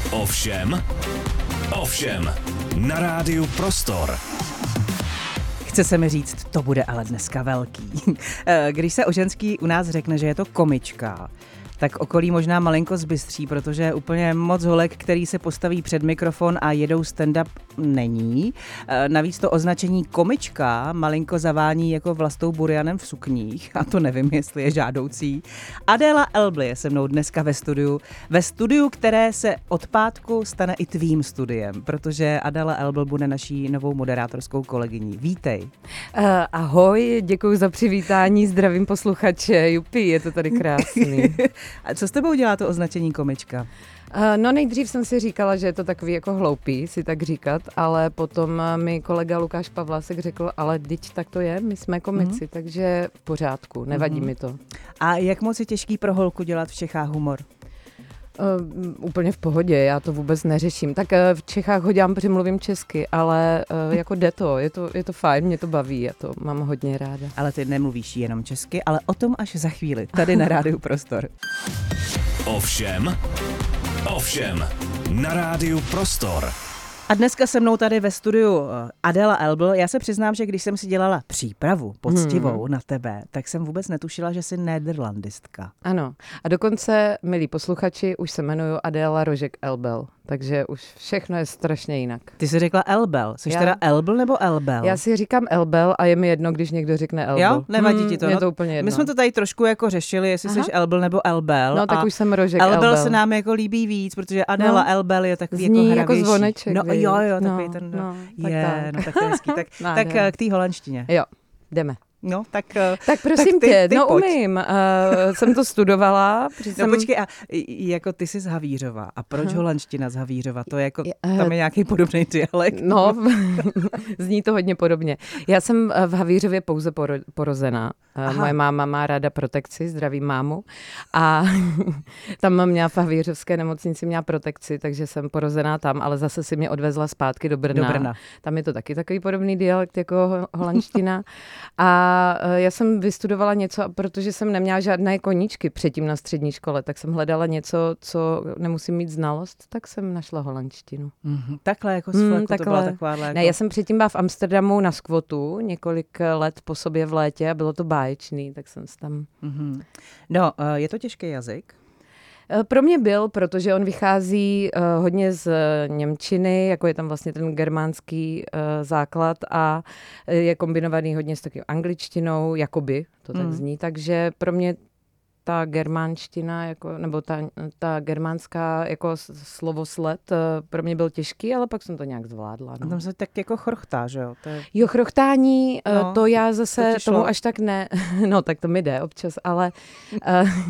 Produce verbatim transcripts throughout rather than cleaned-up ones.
Ovšem, ovšem, na rádiu Prostor. Chce se mi říct, to bude ale dneska velký. Když se o ženský u nás řekne, že je to komička, tak okolí možná malinko zbystří, protože úplně moc holek, který se postaví před mikrofon a jedou stand-up, není. Navíc to označení komička malinko zavání jako Vlastou Burianem v sukních, a to nevím, jestli je žádoucí. Adéla Elbl je se mnou dneska ve studiu. Ve studiu, které se od pátku stane i tvým studiem, protože Adéla Elbl bude naší novou moderátorskou kolegyní. Vítej. Uh, ahoj, děkuji za přivítání, zdravím posluchače, jupi, je to tady krásný. A co s tebou dělá to označení komička? Uh, no nejdřív jsem si říkala, že je to takový jako hloupý si tak říkat, ale potom mi kolega Lukáš Pavlásek řekl, ale dyť tak to je, my jsme komici, mm-hmm. takže v pořádku, nevadí mm-hmm. mi to. A jak moc je těžký pro holku dělat v Čechách humor? Uh, úplně v pohodě, já to vůbec neřeším. Tak uh, v Čechách ho dělám, protože mluvím česky, ale uh, jako jde to, je to, je to fajn, mě to baví, já to mám hodně ráda. Ale ty nemluvíš jenom česky, ale o tom až za chvíli, tady na rádiu Prostor. Ovšem, ovšem, na rádiu Prostor. A dneska se mnou tady ve studiu Adéla Elbl. Já se přiznám, že když jsem si dělala přípravu poctivou hmm. na tebe, tak jsem vůbec netušila, že jsi néderlandistka. Ano. A dokonce, milí posluchači, už se jmenuju Adéla Rožek Elbl. Takže už všechno je strašně jinak. Ty jsi řekla Elbl. Jsi já... teda Elbl nebo Elbel? Já si říkám Elbel a je mi jedno, když někdo řekne Elbl. Jo? Nevadí ti to? Hmm, no, je to úplně jedno. My jsme to tady trošku jako řešili, jestli Aha. jsi Elbl nebo Elbel. No tak už jsem Rožek Elbel. Elbel se nám jako líbí víc, protože Adéla no. Elbel je takový Zní jako hravější. Jako zvoneček. No víc. jo, jo, takový no, ten, no, je, tak no tak to je hezký. Tak, no, tak k té holandštině. Jo, jdeme. No, tak, tak prosím tak ty, tě, ty no pojď. umím. Uh, jsem to studovala. No jsem... počkej, a jako ty jsi z Havířova. A proč Aha. holandština z Havířova? To je jako, uh, tam je nějaký podobný dialekt. No, zní to hodně podobně. Já jsem v Havířově pouze poro, porozená. Aha. Moje máma má ráda protekci, zdravím mámu. A tam měla v Havířovské nemocnici měla protekci, takže jsem porozená tam, ale zase si mě odvezla zpátky do Brna. Do Brna. Tam je to taky takový podobný dialekt jako holandština. A já jsem vystudovala něco, protože jsem neměla žádné koníčky předtím na střední škole, tak jsem hledala něco, co nemusím mít znalost, tak jsem našla holandštinu. Mm-hmm. Takhle jako z fleku, mm, to byla taková jako... Ne, já jsem předtím byla v Amsterdamu na skvotu několik let po sobě v létě a bylo to báječný, tak jsem tam... Mm-hmm. No, je to těžký jazyk? Pro mě byl, protože on vychází uh, hodně z uh, němčiny, jako je tam vlastně ten germánský uh, základ a je kombinovaný hodně s takovou angličtinou, jakoby, to tak mm. zní, takže pro mě ta germánština, jako, nebo ta, ta germánská jako slovosled pro mě byl těžký, ale pak jsem to nějak zvládla. No. A tam se tak jako chrochtá, že jo? To je... Jo, chrochtání, no, to já zase to tomu až tak ne, no tak to mi jde občas, ale, uh, uh,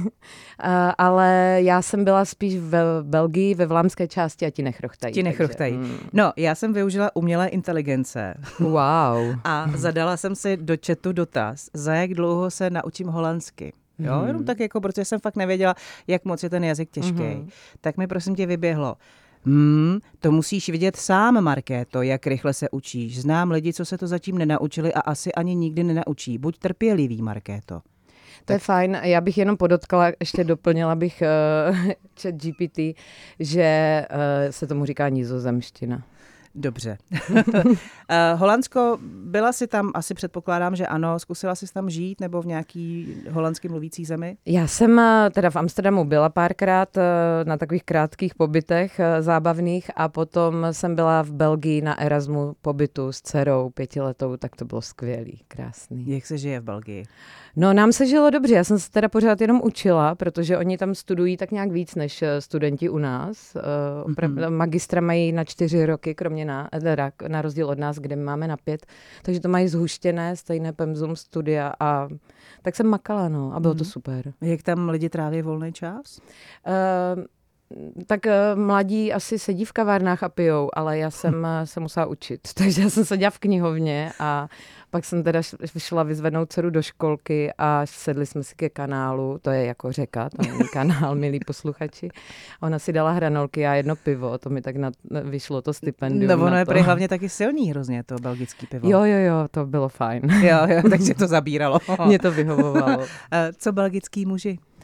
ale já jsem byla spíš ve Belgii, ve vlámské části a ti nechrochtají. Ti nechrochtají. Takže, mm. No, já jsem využila umělé inteligence. Wow. A zadala jsem si do chatu dotaz, za jak dlouho se naučím holandsky. Jo, mm. jenom tak jako, protože jsem fakt nevěděla, jak moc je ten jazyk těžký. Mm. Tak mi prosím tě vyběhlo. Hmm, to musíš vidět sám, Markéto, jak rychle se učíš. Znám lidi, co se to zatím nenaučili a asi ani nikdy nenaučí. Buď trpělivý, Markéto. To tak... je fajn. Já bych jenom podotkala, ještě doplnila bych uh, chat G P T, že uh, se tomu říká nizozemština. Dobře. uh, Holandsko, byla jsi tam, asi předpokládám, že ano, zkusila jsi tam žít nebo v nějaký holandsky mluvící zemi? Já jsem teda v Amsterdamu byla párkrát na takových krátkých pobytech zábavných a potom jsem byla v Belgii na Erasmu pobytu s dcerou pětiletou, tak to bylo skvělý, krásný. Jak se žije v Belgii? No, nám se žilo dobře, já jsem se teda pořád jenom učila, protože oni tam studují tak nějak víc než studenti u nás. Mm-hmm. Magistra mají na čtyři roky, kromě na, teda, na rozdíl od nás, kde máme na pět, takže to mají zhuštěné, stejné pemzum studia a tak jsem makala, no, a bylo mm-hmm. to super. Jak tam lidi tráví volný čas? Uh, tak uh, mladí asi sedí v kavárnách a pijou, ale já jsem uh, se musela učit, takže já jsem seděla v knihovně a pak jsem teda šla vyzvednout dceru do školky a sedli jsme si ke kanálu, to je jako řeka, tam je kanál, milí posluchači. Ona si dala hranolky a jedno pivo, to mi tak na, vyšlo to stipendium. No ono je to. prý hlavně taky silný hrozně, to belgický pivo. Jo, jo, jo, to bylo fajn. Jo, jo, takže to zabíralo. Mě to vyhovovalo. Co belgický muži?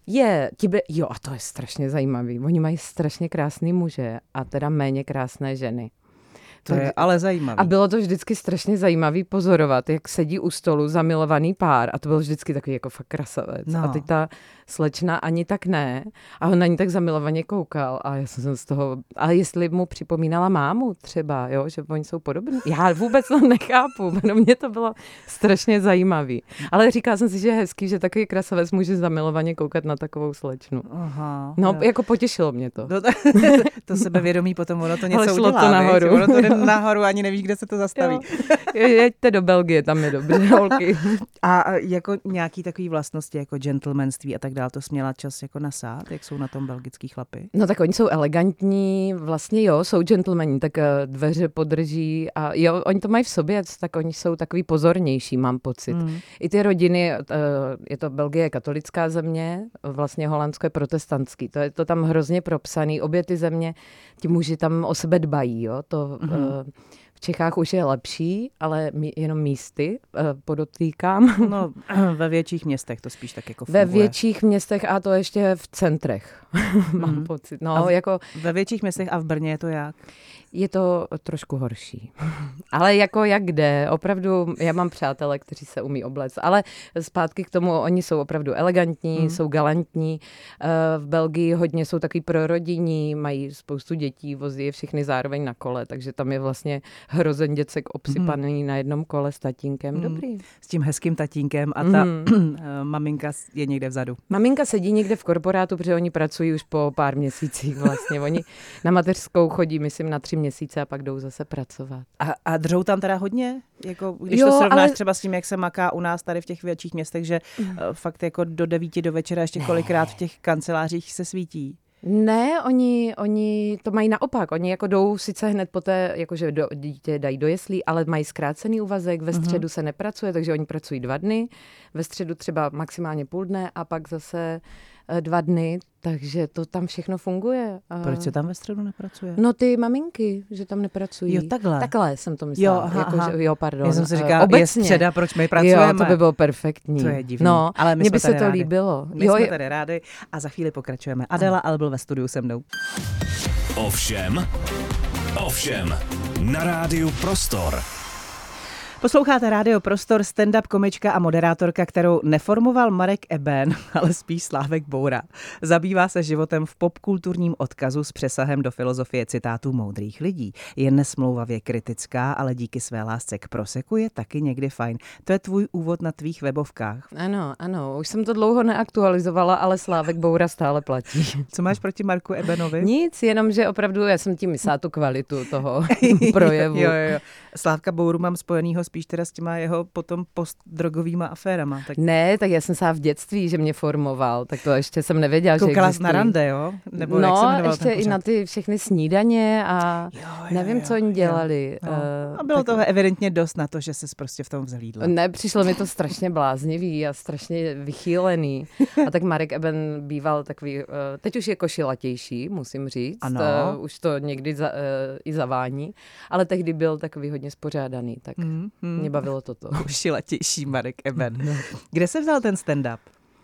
Je, ti by, jo, a to je strašně zajímavý. Oni mají strašně krásný muže a teda méně krásné ženy. To je ale zajímavé. A bylo to vždycky strašně zajímavý pozorovat, jak sedí u stolu zamilovaný pár a to byl vždycky takový jako fakt krasavec. No. A teď ta slečna ani tak ne a on na ní tak zamilovaně koukal a já jsem z toho, ale jestli mu připomínala mámu třeba, jo, že oni jsou podobní. Já vůbec to nechápu, pro mě to bylo strašně zajímavý. Ale říkala jsem si, že je hezký, že takový krasavec může zamilovaně koukat na takovou slečnu. Aha, no, jo. Jako potěšilo mě to. To, to sebevědomí potom ono to něco ale šlo udělá, to nahoru. Ono to jde nahoru, ani nevíš, kde se to zastaví. Jeďte do Belgie, tam je dobře, holky. A jako nějaký takový vlastnosti, jako gentlemanství a tak dále, to jsi měla čas jako nasát, jak jsou na tom belgický chlapi? No tak oni jsou elegantní, vlastně jo, jsou gentlemani, tak dveře podrží a jo, oni to mají v sobě, tak oni jsou takový pozornější, mám pocit. Mm. I ty rodiny, je to Belgie katolická země, vlastně Holandsko je protestantský, to je to tam hrozně propsaný, obě ty země, ti muži tam o sebe dbají, jo, to... Mm. V Čechách už je lepší, ale mí, jenom místy, podotýkám. No, ve větších městech to spíš tak jako funguje. Ve větších městech a to ještě v centrech, mám mm. pocit. No, v, jako, ve větších městech a v Brně je to jak? Je to trošku horší. Ale jako jak kde, opravdu, já mám přátele, kteří se umí obléct, ale zpátky k tomu, oni jsou opravdu elegantní, mm. jsou galantní. V Belgii hodně jsou takový prorodinní, mají spoustu dětí, vozí je všechny zároveň na kole, takže tam je vlastně hrozen děcek obsypaný mm. na jednom kole s tatínkem. Mm. Dobrý. S tím hezkým tatínkem a ta mm. maminka je někde vzadu. Maminka sedí někde v korporátu, protože oni pracují už po pár měsících vlastně. Oni na mateřskou chodí, myslím, na tři měsíce a pak jdou zase pracovat. A, a držou tam teda hodně? Jako, když jo, to srovnáš ale... třeba s tím, jak se maká u nás tady v těch větších městech, že mm. uh, fakt jako do devíti do večera ještě ne. kolikrát v těch kancelářích se svítí. Ne, oni, oni to mají naopak. Oni jako jdou sice hned poté, jakože do, dítě dají do jeslí, ale mají zkrácený úvazek, ve středu se nepracuje, takže oni pracují dva dny, ve středu třeba maximálně půl dne a pak zase dva dny, takže to tam všechno funguje. Proč se tam ve středu nepracuje? No ty maminky, že tam nepracují. Jo, takhle. Takhle jsem to myslela. Jo, aha, jako, aha. Že, jo, pardon. Já jsem si říkala, obecně. Je středa, proč my pracujeme? Jo, to by bylo perfektní. To je divný. No, ale my mně by se to rádi. líbilo. My jo, jsme tady rádi a za chvíli pokračujeme. Adela Albl ve studiu se mnou. Ovšem, ovšem, na rádiu Prostor. Posloucháte Rádio Prostor, stand-up komička a moderátorka, kterou neformoval Marek Eben, ale spíš Slávek Boura. Zabývá se životem v popkulturním odkazu s přesahem do filozofie citátů moudrých lidí. Je nesmlouvavě kritická, ale díky své lásce k proseku je taky někdy fajn. To je tvůj úvod na tvých webovkách. Ano, ano, už jsem to dlouho neaktualizovala, ale Slávek Boura stále platí. Co máš proti Marku Ebenovi? Nic, jenom, že opravdu já jsem tím myslela tu kvalitu toho projevu. jo, jo, jo. Slávka Bouru mám spojenýho spíš teda s těma jeho potom postdrogovýma aférama. Tak... Ne, tak já jsem se v dětství, že mě formoval, tak to ještě jsem nevěděla, Koukala že existují. na rande, jo? Nebo no, jak se jmenoval ještě i na ty všechny snídaně a jo, jo, nevím, jo, co oni dělali. Jo. Uh, a bylo tak... toho evidentně dost na to, že jsi prostě v tom vzhlídla. Ne, přišlo mi to strašně bláznivý a strašně vychýlený. A tak Marek Eben býval takový, uh, teď už je košilatější, musím říct. Ano. Uh, už to někdy za, uh, i zavání, ale tehdy byl takový hodně spořádaný, tak mm, mm. mě bavilo toto. Košilatější Marek Eben. No. Kde se vzal ten stand-up?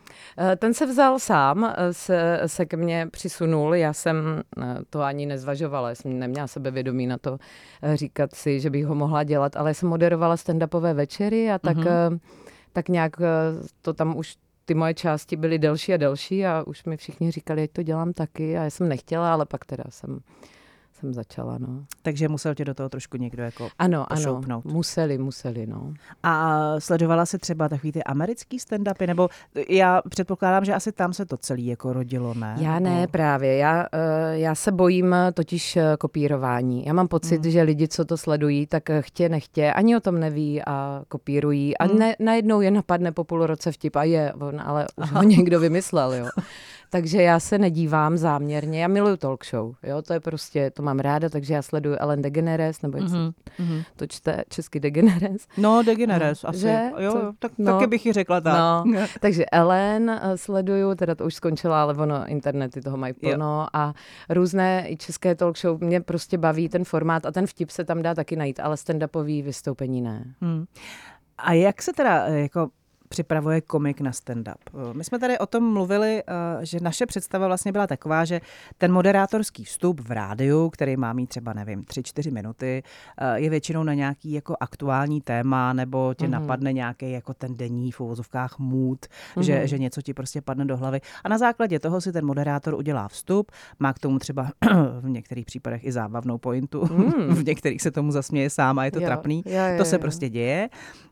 Ten se vzal sám, se, se ke mně přisunul, já jsem to ani nezvažovala, já jsem neměla sebevědomí na to říkat si, že bych ho mohla dělat, ale jsem moderovala stand-upové večery a tak, mm-hmm. tak nějak to tam už ty moje části byly delší a delší a už mi všichni říkali, ať to dělám taky a já jsem nechtěla, ale pak teda jsem... jsem začala, no. Takže musel tě do toho trošku někdo jako ano, pošoupnout. Ano, museli, museli, no. A sledovala se třeba takový ty americký stand-upy, nebo já předpokládám, že asi tam se to celý jako rodilo, ne? Já ne, právě. Já, já se bojím totiž kopírování. Já mám pocit, hmm. že lidi, co to sledují, tak chtě, nechtě, ani o tom neví a kopírují. A hmm. ne, najednou je napadne po půl roce vtip a je, on, ale už ho někdo vymyslel, jo. Takže já se nedívám záměrně. Já miluju talk show, jo, to je prostě, to mám ráda, takže já sleduju Ellen DeGeneres, nebo jak mm-hmm. se to čte česky DeGeneres. No, DeGeneres, asi. Že? Jo, to, tak, no, taky bych ji řekla tak. No, takže Ellen sleduju, teda to už skončila, ale ono, internety toho mají plno jo. A různé i české talk show, mě prostě baví ten formát a ten vtip se tam dá taky najít, ale stand-upový vystoupení ne. Hmm. A jak se teda jako připravuje komik na stand-up. My jsme tady o tom mluvili, že naše představa vlastně byla taková, že ten moderátorský vstup v rádiu, který má mít třeba, nevím, tři, čtyři minuty, je většinou na nějaký jako aktuální téma, nebo tě mm-hmm. napadne nějaký jako ten denní v uvozovkách mood, mm-hmm. že, že něco ti prostě padne do hlavy. A na základě toho si ten moderátor udělá vstup, má k tomu třeba v některých případech i zábavnou pointu, mm. v některých se tomu zasměje sám a je to jo, trapný. Jo, jo, to se jo. prostě děje.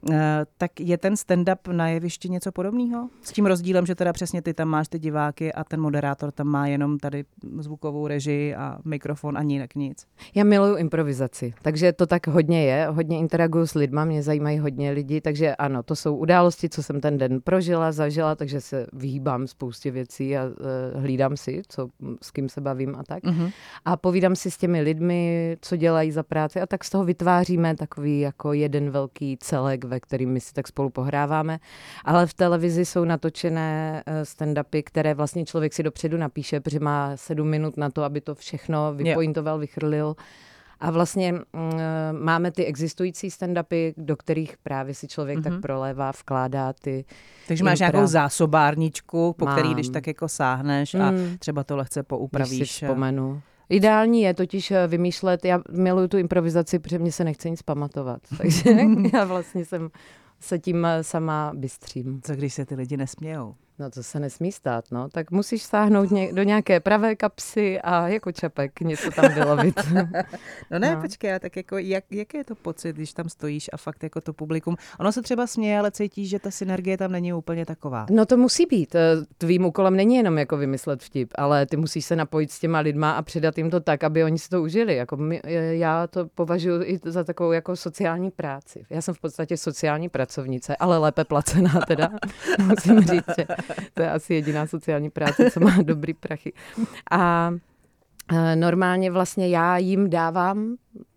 Tak je ten stand-up na jevišti něco podobného? S tím rozdílem, že teda přesně ty tam máš ty diváky a ten moderátor tam má jenom tady zvukovou režii a mikrofon a jinak nic. Já miluju improvizaci, takže to tak hodně je. Hodně interaguju s lidma, mě zajímají hodně lidi, takže ano, to jsou události, co jsem ten den prožila, zažila, takže se vyhýbám spoustě věcí a uh, hlídám si, co, s kým se bavím a tak. Mm-hmm. A povídám si s těmi lidmi, co dělají za práci a tak z toho vytváříme takový jako jeden velký celek, ve kterým my si tak spolu pohráváme. Ale v televizi jsou natočené stand-upy, které vlastně člověk si dopředu napíše, protože má sedm minut na to, aby to všechno vypointoval, vychrlil. A vlastně mm, máme ty existující stand-upy, do kterých právě si člověk mm-hmm. tak prolévá, vkládá ty... Takže máš impra. Nějakou zásobárničku, po Mám. který když tak jako sáhneš mm. a třeba to lehce poupravíš. Když si vzpomenu. Ideální je totiž vymýšlet, já miluju tu improvizaci, protože mě se nechce nic pamatovat. Takže já vlastně jsem se tím sama bystřím. Co když se ty lidi nesmějou? No to se nesmí stát, no. Tak musíš sáhnout ně- do nějaké pravé kapsy a jako čapek něco tam vylovit. No ne, no. počkej, tak jako jak, jaký je to pocit, když tam stojíš a fakt jako to publikum, ono se třeba směje, ale cítíš, že ta synergie tam není úplně taková. No to musí být. Tvým úkolem není jenom jako vymyslet vtip, ale ty musíš se napojit s těma lidma a předat jim to tak, aby oni si to užili. Jako my, já to považuji i za takovou jako sociální práci. Já jsem v podstatě sociální pracovnice, ale lépe placená teda, musím říct, že to je asi jediná sociální práce, co má dobrý prachy. A normálně vlastně já jim dávám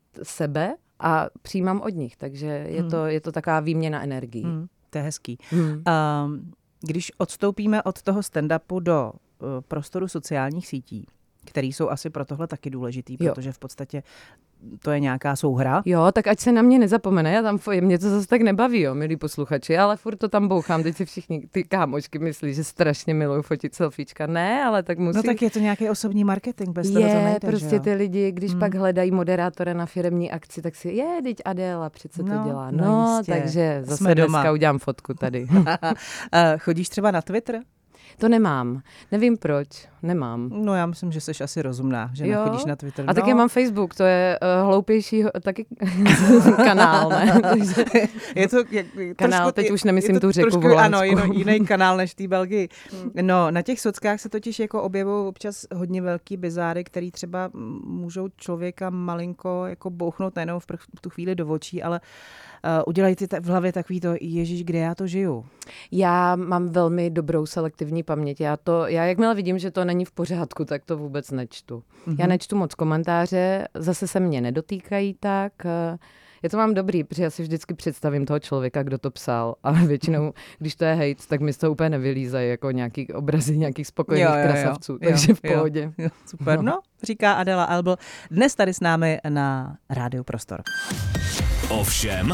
sebe a přijímám od nich, takže je to, je to taková výměna energií. Hmm, to je hezký. Hmm. Um, když odstoupíme od toho stand-upu do uh, prostoru sociálních sítí, které jsou asi pro tohle taky důležitý, protože jo. v podstatě to je nějaká souhra. Jo, tak ať se na mě nezapomene, já tam mě to zase tak nebaví, jo, milí posluchači, ale furt to tam bouchám, teď si všichni ty kámočky myslí, že strašně miluju fotit selfiečka. Ne, ale tak musím... No tak je to nějaký osobní marketing, bez toho to nejde, prostě že ty lidi, když hmm. pak hledají moderátora na firemní akci, tak si je, teď Adéla přece no, to dělá. No, no takže zase Jsme dneska doma. udělám fotku tady. Chodíš třeba na Twitter? To nemám. Nevím proč. Nemám. No já myslím, že jsi asi rozumná, že jo? Nechodíš na Twitter. A no. taky mám Facebook, to je uh, hloupější taky kanál, ne? je to jak, kanál, trošku, teď už nemyslím tu řeku trošku, v Holandsku. Ano, jiný, jiný kanál než té Belgii. No, na těch sockách se totiž jako objevují občas hodně velký bizáry, který třeba můžou člověka malinko jako bouchnout nejenom v, prv, v tu chvíli do očí, ale uh, udělají ty v hlavě takový to, ježiš, kde já to žiju. Já mám velmi dobrou selektivní paměť. Já to, já jakmile vidím, že to není v pořádku, tak to vůbec nečtu. Mm-hmm. Já nečtu moc komentáře, zase se mě nedotýkají tak. Já to mám dobrý, protože já si vždycky představím toho člověka, kdo to psal. A většinou, když to je hejt, tak mi z toho úplně nevylízají jako nějaký obrazy nějakých spokojených jo, jo, krasavců. Jo, takže jo, v pohodě. Jo, jo, super, no. no, říká Adéla Elbl. Dnes tady s námi na Rádiu Prostor. Ovšem,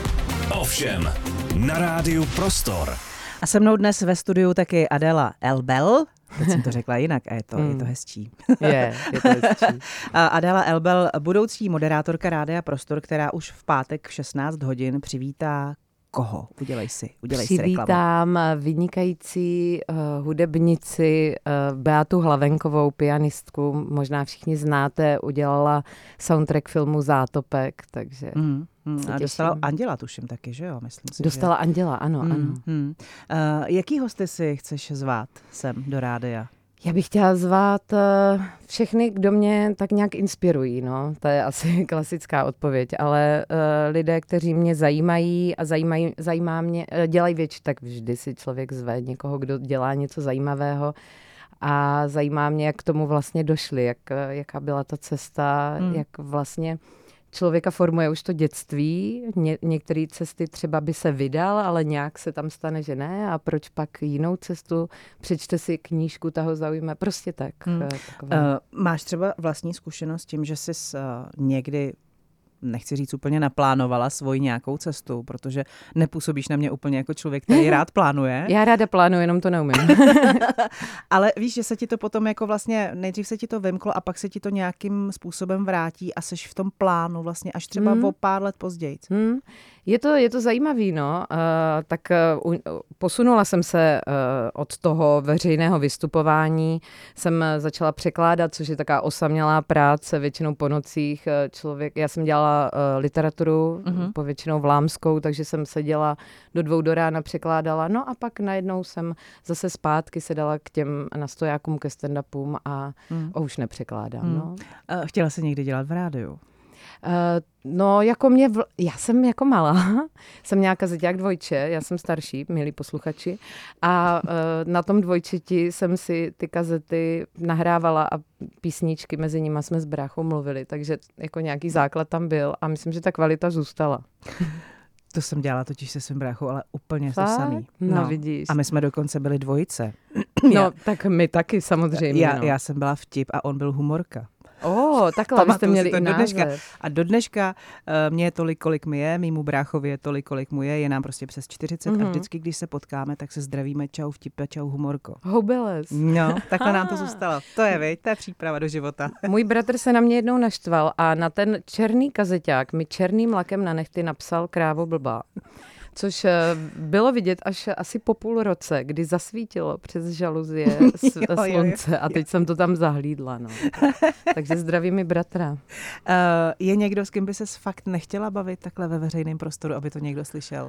ovšem, na Rádiu Prostor. A se mnou dnes ve studiu taky Adéla Elbl. Teď jsem to řekla jinak a je to, mm. je to hezčí. Je, je to hezčí. Adéla Elbl, budoucí moderátorka Rádia Prostor, která už v pátek v šestnáct hodin přivítá koho? Udělej si, udělej si reklamu. Přivítám vynikající uh, hudebnici uh, Beatu Hlavenkovou, pianistku. Možná všichni znáte, udělala soundtrack filmu Zátopek, takže... Mm. Hmm, a dostala Anděla, tuším taky, že jo? Myslím si, dostala že... Anděla, ano, hmm, ano. Hmm. Uh, jaký hosty si chceš zvát sem do rádia? Já bych chtěla zvát uh, všechny, kdo mě tak nějak inspirují, no. To je asi klasická odpověď, ale uh, lidé, kteří mě zajímají a zajímají, zajímá mě, uh, dělají větši, tak vždy si člověk zve někoho, kdo dělá něco zajímavého. A zajímá mě, jak k tomu vlastně došli, jak, jaká byla ta cesta, hmm. jak vlastně člověka formuje už to dětství. Ně, některé cesty třeba by se vydal, ale nějak se tam stane, že ne. A proč pak jinou cestu? Přečte si knížku, ta ho zaujme. Prostě tak. Hmm. Uh, máš třeba vlastní zkušenost tím, že jsi uh, někdy nechci říct úplně naplánovala svoji nějakou cestu, protože nepůsobíš na mě úplně jako člověk, který rád plánuje. Já ráda plánuju, jenom to neumím. Ale víš, že se ti to potom jako vlastně, nejdřív se ti to vymklo a pak se ti to nějakým způsobem vrátí a seš v tom plánu vlastně až třeba hmm. o pár let později. Hmm. Je to, je to zajímavý, no. Uh, tak uh, posunula jsem se uh, od toho veřejného vystupování, jsem začala překládat, což je taková osamělá práce, většinou po nocích. Člověk, já jsem dělala uh, literaturu, uh-huh. povětšinou vlámskou, takže jsem seděla do dvou do rána, překládala, no a pak najednou jsem zase zpátky se dala k těm nastojákům, ke stand-upům a uh-huh. oh, už nepřekládám, uh-huh. no. Uh, chtěla jsi někdy dělat v rádiu? Uh, no, jako mě, vl... já jsem jako malá, jsem nějaká zeťák dvojče, já jsem starší, milí posluchači, a uh, na tom dvojčeti jsem si ty kazety nahrávala a písničky, mezi nimi jsme s bráchou mluvili, takže jako nějaký základ tam byl a myslím, že ta kvalita zůstala. To jsem dělala totiž se svým bráchou, ale úplně Fakt? to samý. No, no, vidíš. A my jsme dokonce byli dvojice. No, já, tak my taky samozřejmě. Já, no. já jsem byla vtip a on byl humorka. Oh, takhle byste měli i do dneška. název. A do dneška uh, mě je tolik, kolik mi je, mýmu bráchovi je tolik, kolik mu je, je nám prostě přes čtyřicet mm-hmm. a vždycky, když se potkáme, tak se zdravíme, čau vtipe, čau humorko. Houbeles. No, takhle nám to zůstalo. To je, viď, to je příprava do života. Můj bratr se na mě jednou naštval a na ten černý kazeťák mi černým lakem na nechty napsal krávo blbá. Což bylo vidět až asi po půl roce, kdy zasvítilo přes žaluzie s- jo, slunce jo, jo. a teď jsem to tam zahlídla. No. Takže zdraví mi bratra. Uh, je někdo, s kým by ses fakt nechtěla bavit takhle ve veřejném prostoru, aby to někdo slyšel?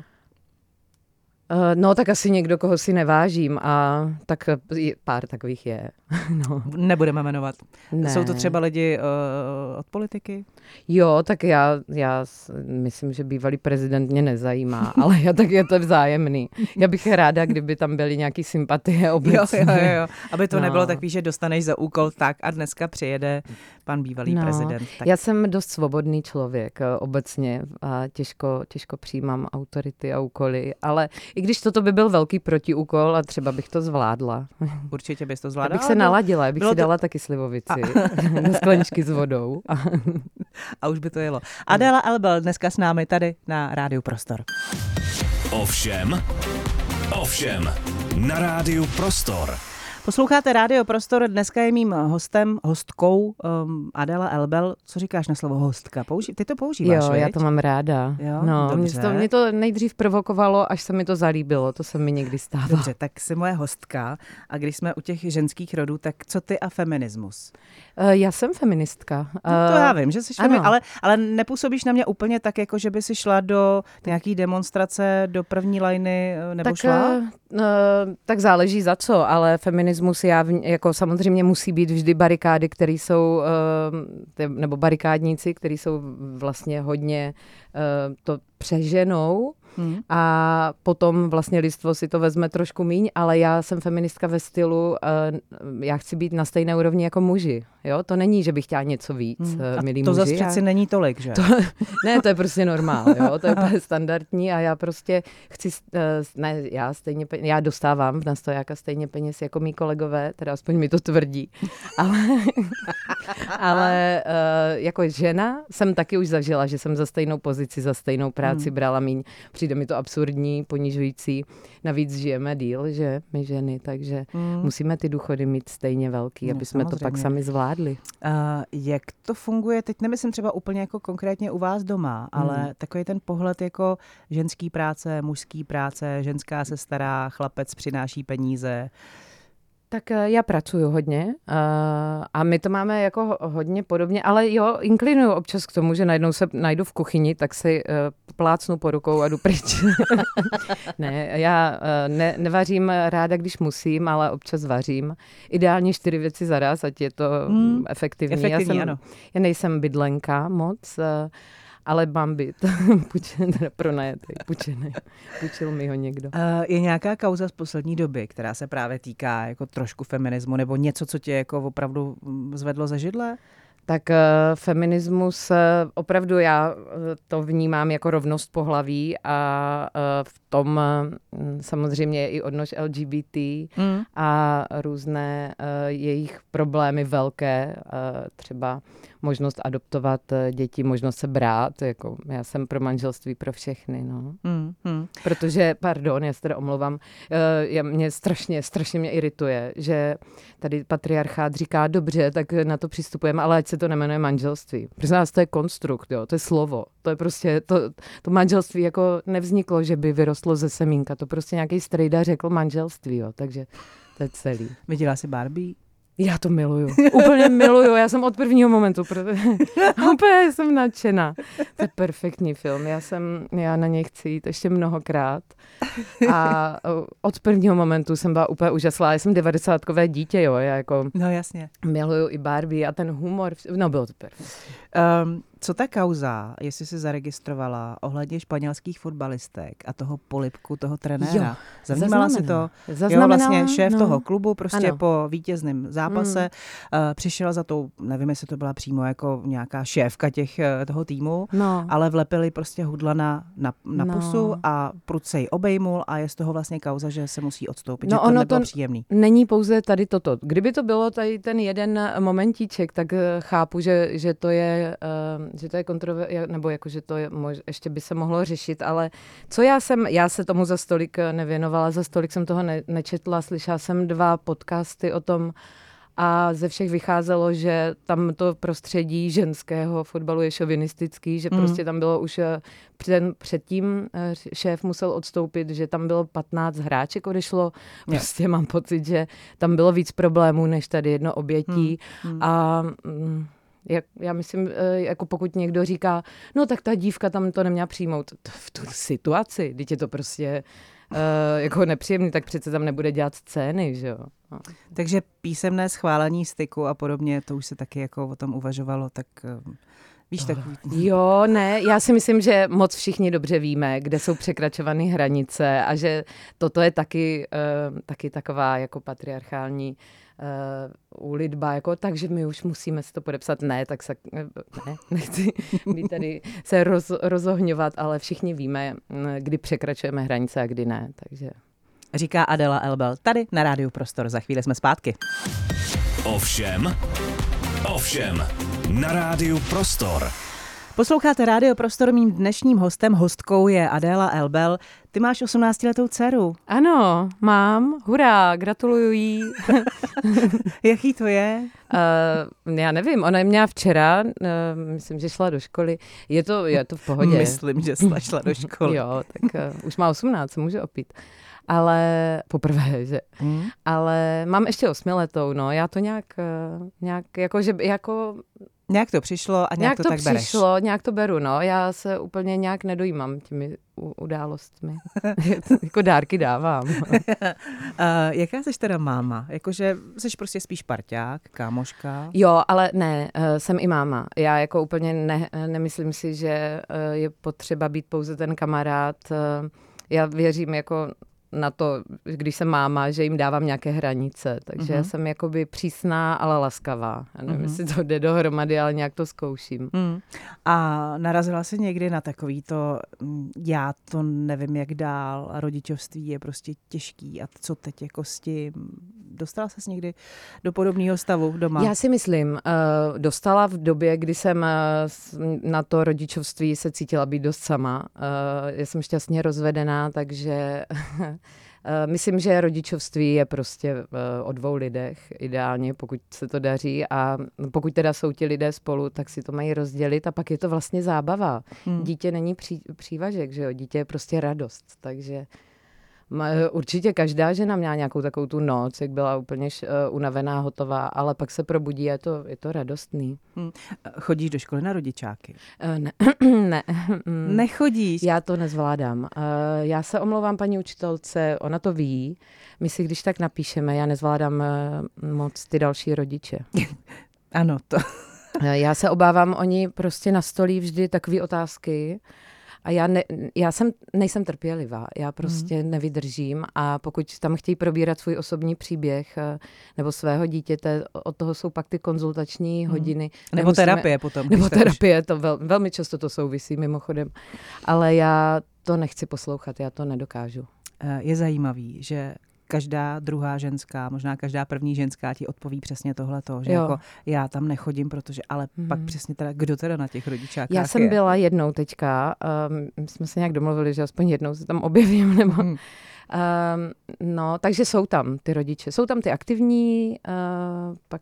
Uh, no, tak asi někdo, koho si nevážím a tak pár takových je. No. Nebudeme jmenovat. Ne. Jsou to třeba lidi uh, od politiky? Jo, tak já, já myslím, že bývalý prezident mě nezajímá, ale já tak je to vzájemný. Já bych ráda, kdyby tam byly nějaký sympatie obecně. Jo, jo, jo. Aby to no. nebylo takový, že dostaneš za úkol tak a dneska přijede pan bývalý no. prezident. Tak... Já jsem dost svobodný člověk obecně a těžko, těžko přijímám autority a úkoly, ale i když toto by byl velký protiúkol a třeba bych to zvládla. Určitě bys to zvládla. Abych se naladila, abych si to... dala taky slivovici do skleničky s vodou. A už by to jelo. Adéla Elbel dneska s námi tady na Rádiu Prostor. Ovšem, ovšem, na Rádiu Prostor. Posloucháte Rádio Prostor, dneska je mým hostem, hostkou um, Adéla Elbel. Co říkáš na slovo hostka? Použi- ty to používáš, Jo, viď? já to mám ráda. Jo, no, mě to, mě to nejdřív provokovalo, až se mi to zalíbilo, to se mi někdy stává. Dobře, tak jsi moje hostka a když jsme u těch ženských rodů, tak co ty a feminismus? Uh, já jsem feministka. No, to já vím, že jsi ano. feministka, ale, ale nepůsobíš na mě úplně tak, jako že by si šla do nějaký demonstrace, do první lajny, nebo tak, šla? Uh, tak záleží za co, ale feminismus já, v, jako samozřejmě musí být vždy barikády, které jsou, uh, nebo barikádníci, kteří jsou vlastně hodně uh, to přeženou. Hmm. A potom vlastně lidstvo si to vezme trošku míň, ale já jsem feministka ve stylu, uh, já chci být na stejné úrovni jako muži. Jo? To není, že bych chtěla něco víc, hmm. uh, milí to muži. To zase přeci já... není tolik, že? To, ne, to je prostě normál, jo? To je úplně standardní a já prostě chci, uh, ne, já stejně, peněz, já dostávám v nastojáka stejně peněz jako mý kolegové, teda aspoň mi to tvrdí. Ale, ale uh, jako žena jsem taky už zažila, že jsem za stejnou pozici, za stejnou práci hmm. brala míň. Přijde mi to absurdní, ponižující. Navíc žijeme díl, že my ženy, takže mm. musíme ty důchody mít stejně velký, aby no, jsme to pak sami zvládli. Uh, jak to funguje? Teď nemyslím třeba úplně jako konkrétně u vás doma, mm. ale takový ten pohled jako ženský práce, mužský práce, ženská se stará, chlapec přináší peníze. Tak já pracuju hodně uh, a my to máme jako hodně podobně, ale jo, inklinuju občas k tomu, že najednou se najdu v kuchyni, tak si uh, plácnu po rukou a jdu pryč. ne, já uh, ne, nevařím ráda, když musím, ale občas vařím. Ideálně čtyři věci zaraz, ať je to hmm, efektivní. efektivní já, jsem, ano. já nejsem bydlenka moc, uh, ale mám byt pronajetý, půjčený. Půjčil mi ho někdo. Uh, je nějaká kauza z poslední doby, která se právě týká jako trošku feminismu, nebo něco, co tě jako opravdu zvedlo ze židle? Tak uh, feminismus, uh, opravdu já uh, to vnímám jako rovnost pohlaví a uh, v tom uh, samozřejmě je i odnož L G B T mm. a různé uh, jejich problémy velké, uh, třeba možnost adoptovat děti, možnost se brát, jako já jsem pro manželství pro všechny, no. Mm, mm. Protože, pardon, já se teda omlouvám, uh, já, mě strašně, strašně mě irituje, že tady patriarchát říká, dobře, tak na to přistupujeme, ale ať se to nemenuje manželství. Protože nás to je konstrukt, jo, to je slovo. To je prostě, to, to manželství jako nevzniklo, že by vyrostlo ze semínka. To prostě nějaký strejda řekl manželství, jo, takže to je celý. Viděla jsi Barbie? Já to miluju. Úplně miluju. Já jsem od prvního momentu, protože úplně jsem nadšená. To je perfektní film. Já jsem, já na něj chci jít ještě mnohokrát. A od prvního momentu jsem byla úplně úžaslá. Já jsem devadesátkové dítě, jo. Já jako no jasně. Miluju i Barbie a ten humor. No bylo to perfektní. Um, co ta kauza, jestli jsi zaregistrovala ohledně španělských fotbalistek a toho polibku, toho trenéra? Jo, Zavnímala si to? Jo, vlastně šéf no. toho klubu prostě ano. po vítězném zápase mm. uh, přišel za tou, nevím, jestli to byla přímo jako nějaká šéfka těch, toho týmu, no. ale vlepili prostě hudla na, na, na no. pusu a prudce ji obejmul a je z toho vlastně kauza, že se musí odstoupit, no, že to ono nebylo to příjemný. Není pouze tady toto. Kdyby to bylo tady ten jeden momentíček, tak chápu, že, že to je... Uh, že to je kontroverzní, nebo jako, že to je, mož, ještě by se mohlo řešit, ale co já jsem, já se tomu za stolik nevěnovala, za stolik jsem toho ne, nečetla, slyšela jsem dva podcasty o tom a ze všech vycházelo, že tam to prostředí ženského fotbalu je šovinistický, že mm. prostě tam bylo už před, předtím šéf musel odstoupit, že tam bylo patnáct hráček odešlo, prostě mám pocit, že tam bylo víc problémů, než tady jedno obětí mm. a... Mm, Jak, já myslím, jako pokud někdo říká, no tak ta dívka tam to neměla přijmout v tu situaci, teď je to prostě uh, jako nepříjemný, tak přece tam nebude dělat scény, že jo. No. Takže písemné schválení styku a podobně, to už se taky jako o tom uvažovalo, tak... Uh... Víš, tak... Jo, ne, já si myslím, že moc všichni dobře víme, kde jsou překračované hranice a že toto je taky, uh, taky taková jako patriarchální uh, úlitba, jako takže my už musíme si to podepsat. Ne, tak se, ne, nechci být tady se roz, rozohňovat, ale všichni víme, kdy překračujeme hranice a kdy ne, takže... Říká Adela Elbel, tady na Rádiu Prostor. Za chvíli jsme zpátky. Ovšem, ovšem, na Rádiu Prostor. Posloucháte Rádio Prostor, mým dnešním hostem, hostkou je Adela Elbel. Ty máš osmnáctiletou dceru. Ano, mám. Hurá, gratuluju jí. Jaký to je? Uh, já nevím, ona měla včera, uh, myslím, že šla do školy. Je to, je to v pohodě. Myslím, že šla do školy. Jo, tak uh, už má osmnáct, se může opít. Ale poprvé, že. Hmm. Ale mám ještě osmiletou, no. Já to nějak, uh, nějak jako, že jako... Nějak to přišlo a nějak, nějak to, to tak přišlo, bereš. Nějak to beru, no. Já se úplně nějak nedojímám těmi událostmi. Jako dárky dávám. uh, jaká jsi teda máma? Jakože jsi prostě spíš parťák, kámoška? Jo, ale ne, uh, jsem i máma. Já jako úplně ne, nemyslím si, že uh, je potřeba být pouze ten kamarád. Uh, já věřím jako na to, když jsem máma, že jim dávám nějaké hranice. Takže uh-huh. já jsem jakoby přísná, ale laskavá. Já nevím, uh-huh. jestli to jde dohromady, ale nějak to zkouším. Uh-huh. A narazila jsi někdy na takový to, já to nevím jak dál, a rodičovství je prostě těžký a co teď jako s tím? Dostala ses někdy do podobného stavu doma? Já si myslím, uh, dostala v době, kdy jsem uh, na to rodičovství se cítila být dost sama. Uh, já jsem šťastně rozvedená, takže myslím, že rodičovství je prostě o dvou lidech ideálně, pokud se to daří a pokud teda jsou ti lidé spolu, tak si to mají rozdělit a pak je to vlastně zábava. Hmm. Dítě není pří, přívažek, že jo? Dítě je prostě radost, takže určitě každá žena měla nějakou takovou tu noc, jak byla úplně uh, unavená, hotová, ale pak se probudí a je to, je to radostný. Hmm. Chodíš do školy na rodičáky? Uh, ne. ne. Nechodíš? Já to nezvládám. Uh, já se omlouvám paní učitelce, ona to ví. My si když tak napíšeme, já nezvládám uh, moc ty další rodiče. Ano, to... uh, já se obávám, oni prostě nastolí vždy takové otázky, A já, ne, já jsem, nejsem trpělivá, já prostě hmm. nevydržím a pokud tam chtějí probírat svůj osobní příběh nebo svého dítěte, od toho jsou pak ty konzultační hmm. hodiny. Nebo Nemusíme, terapie potom. Nebo terapie, už... to vel, velmi často to souvisí mimochodem. Ale já to nechci poslouchat, já to nedokážu. Je zajímavý, že každá druhá ženská, možná každá první ženská ti odpoví přesně tohleto, že jo. Jako já tam nechodím, protože, ale hmm. pak přesně teda, kdo teda na těch rodičákách Já jsem je? byla jednou teďka, um, jsme se nějak domluvili, že aspoň jednou se tam objevím, nebo... Hmm. Um, no, takže jsou tam ty rodiče, jsou tam ty aktivní, uh, pak...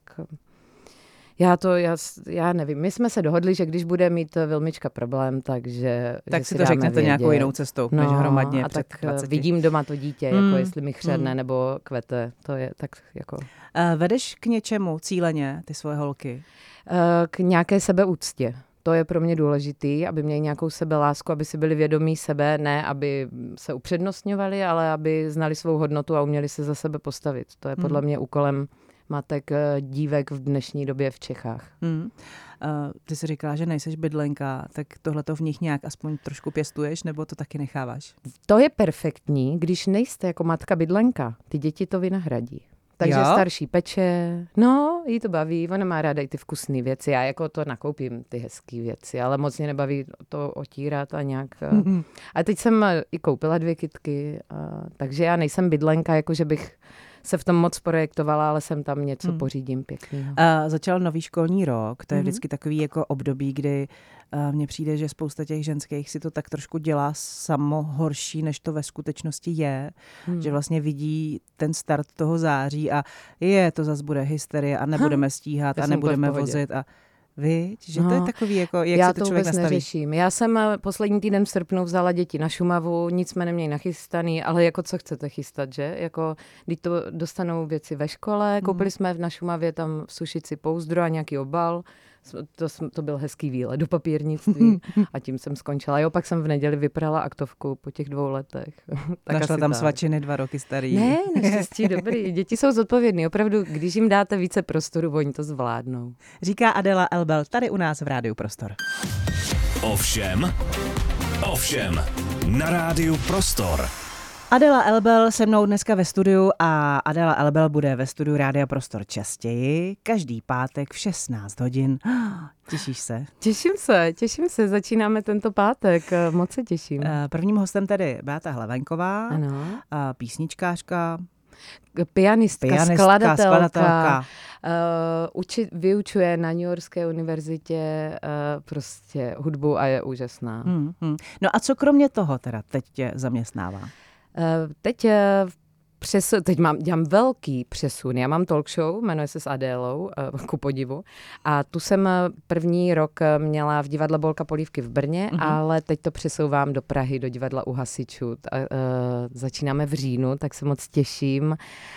Já to, já, já nevím, my jsme se dohodli, že když bude mít Vilmička problém, takže tak že si to řeknete vědět. Nějakou jinou cestou, no, než hromadně a před tak dvaceti. Vidím doma to dítě, mm. jako jestli mi chřadne mm. nebo kvete, to je tak jako... Uh, vedeš k něčemu cíleně ty svoje holky? Uh, k nějaké sebeúctě. To je pro mě důležitý, aby měli nějakou sebelásku, aby si byli vědomí sebe, ne aby se upřednostňovali, ale aby znali svou hodnotu a uměli se za sebe postavit. To je podle mm. mě úkolem matek, dívek v dnešní době v Čechách. Hmm. Uh, ty jsi říkala, že nejseš bydlenka, tak tohle to v nich nějak aspoň trošku pěstuješ, nebo to taky necháváš? To je perfektní, když nejste jako matka bydlenka. Ty děti to vynahradí. Takže jo? Starší peče, no, jí to baví, ona má ráda i ty vkusné věci. Já jako to nakoupím, ty hezké věci, ale moc mě nebaví to otírat a nějak. Mm-hmm. A teď jsem i koupila dvě kytky, a, takže já nejsem bydlenka, jako že bych se v tom moc projektovala, ale jsem tam něco hmm. pořídím pěkného. Uh, začal nový školní rok, to je mm-hmm. vždycky takový jako období, kdy uh, mně přijde, že spousta těch ženských si to tak trošku dělá samo horší, než to ve skutečnosti je, hmm. že vlastně vidí ten start toho září a je, to zas bude hysterie a nebudeme stíhat ha, a nebudeme vozit a Víč, že no, to je takový, jako, jak já se to, to člověk vůbec nastaví. Neřeším. Já jsem poslední týden v srpnu vzala děti na Šumavu, nic jsme neměli nachystaný, ale jako co chcete chystat, že? Jako, když to dostanou věci ve škole, koupili mm. jsme na Šumavě tam v Sušici pouzdro a nějaký obal, to, to byl hezký výlet do papírnictví a tím jsem skončila. Jo, pak jsem v neděli vyprala aktovku po těch dvou letech. Tak našla tam tak. Svačiny dva roky starý. Ne, naštěstí dobrý. Děti jsou zodpovědný. Opravdu, když jim dáte více prostoru, oni to zvládnou. Říká Adela Elbel tady u nás v Rádiu Prostor. Ovšem, ovšem, na Rádiu Prostor. Adela Elbel se mnou dneska ve studiu a Adela Elbel bude ve studiu Rádia Prostor častěji, každý pátek v šestnáct hodin. Těšíš se? Těším se, těším se, začínáme tento pátek, moc se těším. Prvním hostem tedy Beata Hlavenková, ano. písničkářka, pianistka, pianistka skladatelka, skladatelka. Uh, uči, vyučuje na New Yorkské univerzitě uh, prostě hudbu a je úžasná. Hmm, hmm. No a co kromě toho teda teď tě zaměstnává? Uh, teď uh, Přes, teď mám, dělám velký přesun. Já mám talk show, jmenuje se s Adélou, ku podivu. A tu jsem první rok měla v divadle Bolka Polívky v Brně, mm-hmm. ale teď to přesouvám do Prahy, do divadla U hasičů. A, uh, začínáme v říjnu, tak se moc těším.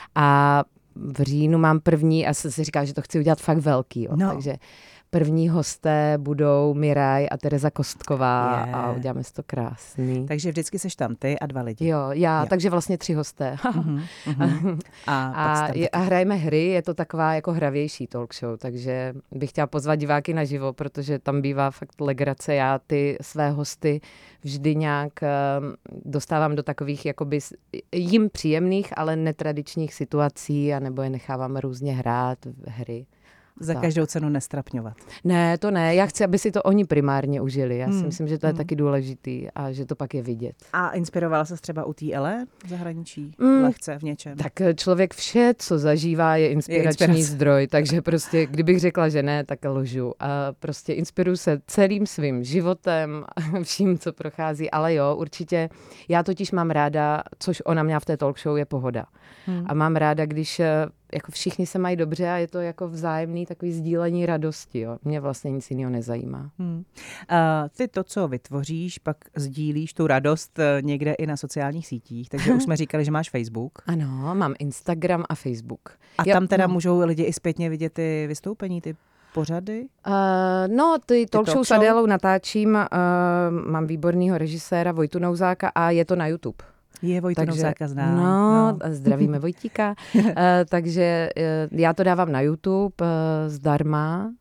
A v říjnu mám první, a se si říká, že to chci udělat fakt velký. Jo. No. Takže první hosté budou Miraj a Tereza Kostková yeah. a uděláme si to krásný. Takže vždycky seš tam ty a dva lidi. Jo, já, jo. Takže vlastně tři hosté. uh-huh, uh-huh. A, a, je, a hrajeme hry, je to taková jako hravější talk show, takže bych chtěla pozvat diváky naživo, protože tam bývá fakt legrace. Já ty své hosty vždy nějak uh, dostávám do takových jakoby jim příjemných, ale netradičních situací, anebo je nechávám různě hrát hry. Za tak. každou cenu nestrapňovat. Ne, to ne. Já chci, aby si to oni primárně užili. Já hmm. si myslím, že to je hmm. taky důležitý a že to pak je vidět. A inspirovala ses třeba u té Ele v zahraničí? Hmm. Lehce v něčem? Tak člověk vše, co zažívá, je inspirační je zdroj. Takže prostě, kdybych řekla, že ne, tak lžu. A prostě inspiruju se celým svým životem, vším, co prochází. Ale jo, určitě. Já totiž mám ráda, což ona měla v té talk show, je pohoda. Hmm. A mám ráda, když jako všichni se mají dobře a je to jako vzájemný takový sdílení radosti. Jo. Mě vlastně nic jiného nezajímá. Hmm. Uh, ty to, co vytvoříš, pak sdílíš tu radost někde i na sociálních sítích, takže už jsme říkali, že máš Facebook. Ano, mám Instagram a Facebook. A jo, tam teda no. můžou lidi i zpětně vidět ty vystoupení, ty pořady? Uh, no, ty talk show s Adélou natáčím, uh, mám výborného režiséra Vojtu Nouzáka a je to na YouTube. Je Vojtu Nouzáka znám. No, no. Zdravíme Vojtíka. uh, takže uh, já to dávám na YouTube uh, zdarma,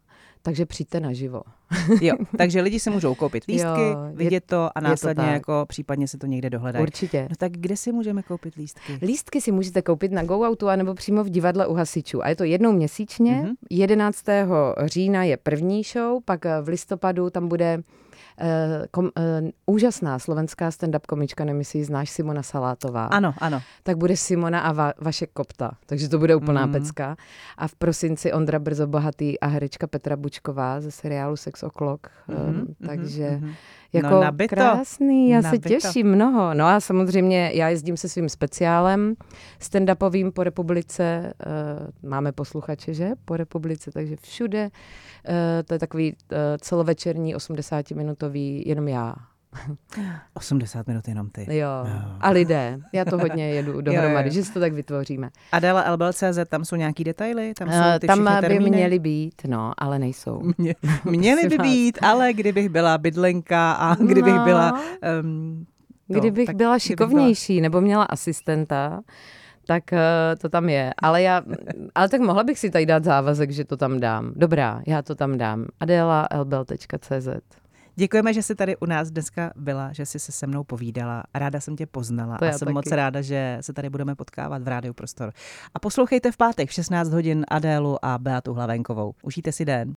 takže přijďte naživo. Jo, takže lidi si můžou koupit lístky, jo, vidět to a následně to jako případně si to někde dohledají. Určitě. No tak kde si můžeme koupit lístky? Lístky si můžete koupit na GoOutu anebo přímo v divadle u hasičů. A je to jednou měsíčně. Mm-hmm. jedenáctého října je první show, pak v listopadu tam bude uh, kom, uh, úžasná slovenská stand-up komička, nevím, jestli ji znáš, Simona Salátová. Ano, ano. Tak bude Simona a Va- Vašek Kopta, takže to bude úplná mm. pecka. A v prosinci Ondra Brzo Bohatý a herečka Petra Bučková ze seriálu Sex O'Clock. Mm-hmm, um, takže mm-hmm. jako no, nabito. Krásný, já nabito. se těším mnoho. No a samozřejmě já jezdím se svým speciálem stand-upovým po republice. Uh, máme posluchače, že? Po republice, takže všude. Uh, to je takový uh, celovečerní osmdesátiminutový jenom já. osmdesát minut jenom ty. Jo. No. A lidé. Já to hodně jedu dohromady, jo, jo. že si to tak vytvoříme. Adela L B L tečka cé zet, tam jsou nějaký detaily? Tam, jsou ty tam by termíny? měly být, no, ale nejsou. Mě, měly by být, ale kdybych byla bydlenka a kdybych no. byla... Um, to, kdybych tak, byla šikovnější kdybych byla... nebo měla asistenta, tak uh, to tam je. Ale já, ale tak mohla bych si tady dát závazek, že to tam dám. Dobrá, já to tam dám. Adela L B L tečka cé zet. Děkujeme, že jsi tady u nás dneska byla, že jsi se se mnou povídala. Ráda jsem tě poznala to a jsem taky. moc ráda, že se tady budeme potkávat v Rádiu Prostor. A poslouchejte v pátek v šestnáct hodin Adélu a Beatu Hlavenkovou. Užijte si den.